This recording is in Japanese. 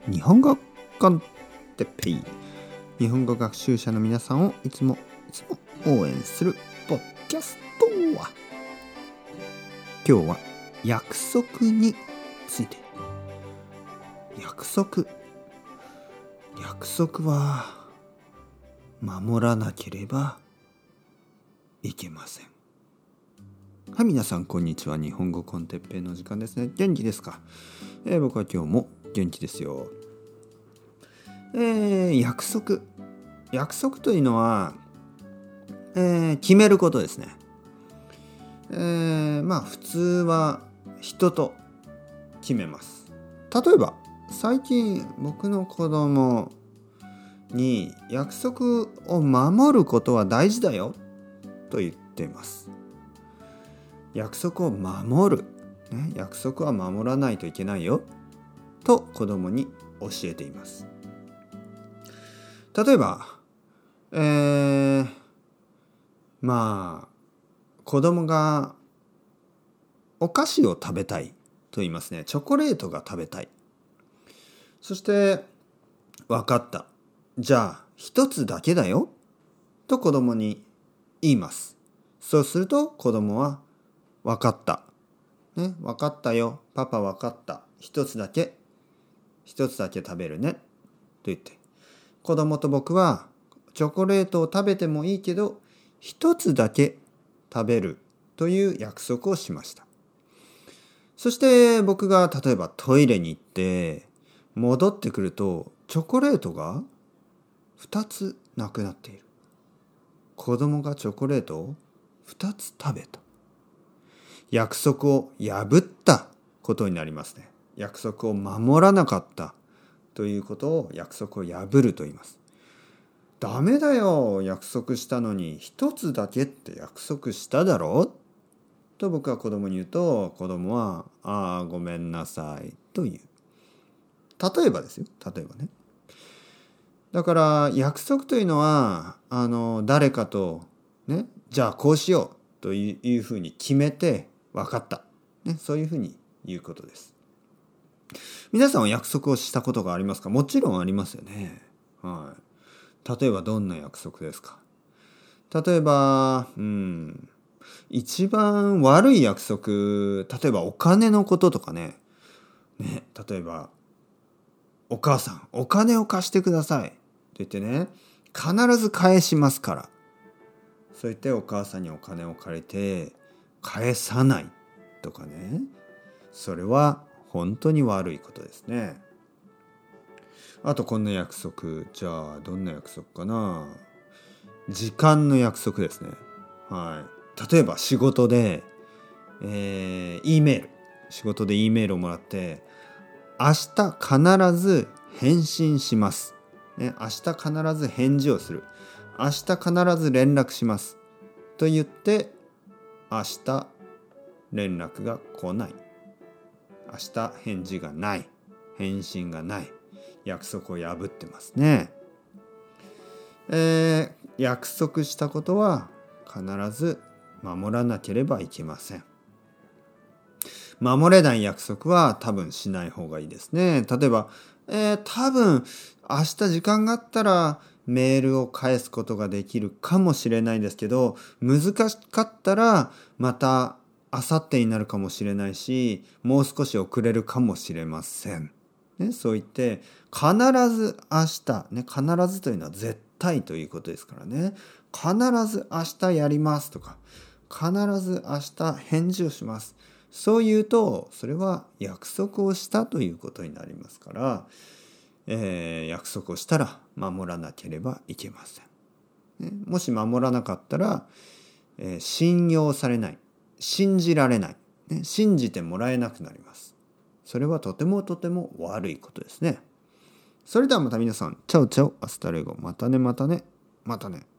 日本語コンテッペイ。日本語学習者の皆さんをいつも応援するポッドキャストは、今日は約束について。約束は守らなければいけません。はい、皆さんこんにちは。日本語コンテッペイの時間ですね。元気ですか？僕は今日も元気ですよ。約束というのは、決めることですね。普通は人と決めます。例えば最近僕の子供に約束を守ることは大事だよと言っています。約束を守る、約束は守らないといけないよと子供に教えています。例えば、子供がお菓子を食べたいと言いますね。チョコレートが食べたい。そして分かった。じゃあ一つだけだよと子供に言います。そうすると子供は分かった。分かったよ。パパ分かった。一つだけ食べるねと言って。子供と僕はチョコレートを食べてもいいけど一つだけ食べるという約束をしました。そして僕が例えばトイレに行って戻ってくるとチョコレートが2つなくなっている。子供がチョコレートを2つ食べた。約束を破ったことになりますね。約束を守らなかったということを約束を破ると言います。ダメだよ、約束したのに一つだけって約束しただろうと僕は子供に言うと、子供はごめんなさいと言う。例えばですよ。例えばね。だから約束というのは誰かとじゃあこうしようというふうに決めて分かった、そういうふうに言うことです。皆さんは約束をしたことがありますか？もちろんありますよね。はい。例えばどんな約束ですか？例えば一番悪い約束、例えばお金のこととかね。例えばお母さんお金を貸してくださいって言ってね、必ず返しますから、そう言ってお母さんにお金を借りて返さないとかね、それは本当に悪いことですね。あとこんな約束、じゃあどんな約束かな。時間の約束ですね。はい。例えば仕事でE メールをもらって、明日必ず返信します、明日必ず返事をする、明日必ず連絡しますと言って、明日連絡が来ない、明日返事がない、返信がない、約束を破ってますね。約束したことは必ず守らなければいけません。守れない約束は多分しない方がいいですね。例えば、多分明日時間があったらメールを返すことができるかもしれないですけど、難しかったらまた明後日になるかもしれないし、もう少し遅れるかもしれません。そう言って必ず明日、必ずというのは絶対ということですからね。必ず明日やりますとか、必ず明日返事をします。そう言うとそれは約束をしたということになりますから、約束をしたら守らなければいけません。もし守らなかったら、信用されない、信じられない、信じてもらえなくなります。それはとても悪いことですね。それではまた皆さん、チャオチャオ、アスタレゴ、またね。